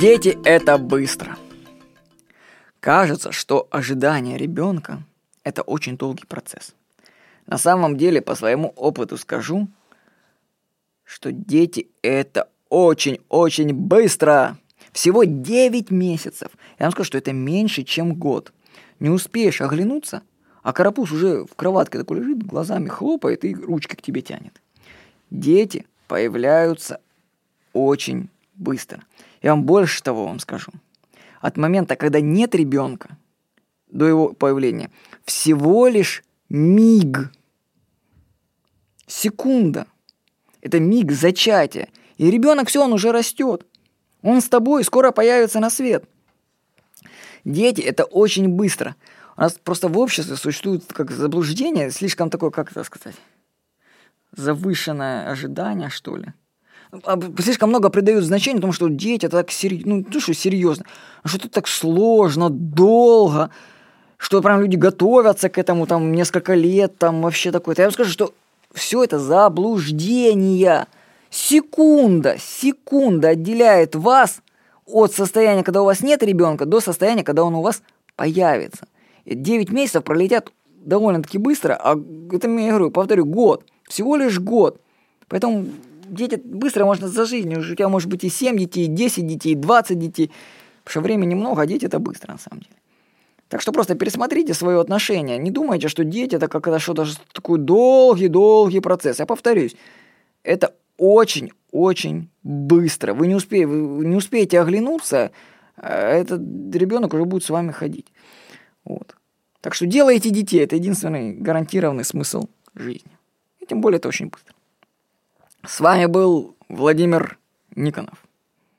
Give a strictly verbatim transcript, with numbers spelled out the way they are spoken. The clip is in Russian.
Дети – это быстро. Кажется, что ожидание ребенка – это очень долгий процесс. На самом деле, по своему опыту скажу, что дети – это очень-очень быстро. Всего девять месяцев. Я вам скажу, что это меньше, чем год. Не успеешь оглянуться, а карапуз уже в кроватке такой лежит, глазами хлопает и ручкой к тебе тянет. Дети появляются очень быстро. Я вам больше того вам скажу. От момента, когда нет ребенка, до его появления, всего лишь миг. Секунда. Это миг зачатия. И ребенок, все, он уже растет. Он с тобой скоро появится на свет. Дети – это очень быстро. У нас просто в обществе существует как заблуждение, слишком такое, как это сказать, завышенное ожидание, что ли. Слишком много придают значения тому, что дети – это так серьезно, ну, ну что серьезно, а что это так сложно, долго, что прям люди готовятся к этому там несколько лет, там вообще такое. Я вам скажу, что все это заблуждение. Секунда, секунда отделяет вас от состояния, когда у вас нет ребенка, до состояния, когда он у вас появится. девять месяцев пролетят довольно-таки быстро, а это, я говорю, повторю, год. Всего лишь год. Поэтому дети быстро можно за жизнь. У тебя может быть и семь детей, и десять детей, и двадцать детей. Потому что времени много, а дети это быстро на самом деле. Так что просто пересмотрите свое отношение. Не думайте, что дети это как-то что-то такой долгий-долгий процесс. Я повторюсь, это очень-очень быстро. Вы не успеете, вы не успеете оглянуться, этот ребенок уже будет с вами ходить. Вот. Так что делайте детей. Это единственный гарантированный смысл жизни. И тем более это очень быстро. С вами был Владимир Никонов.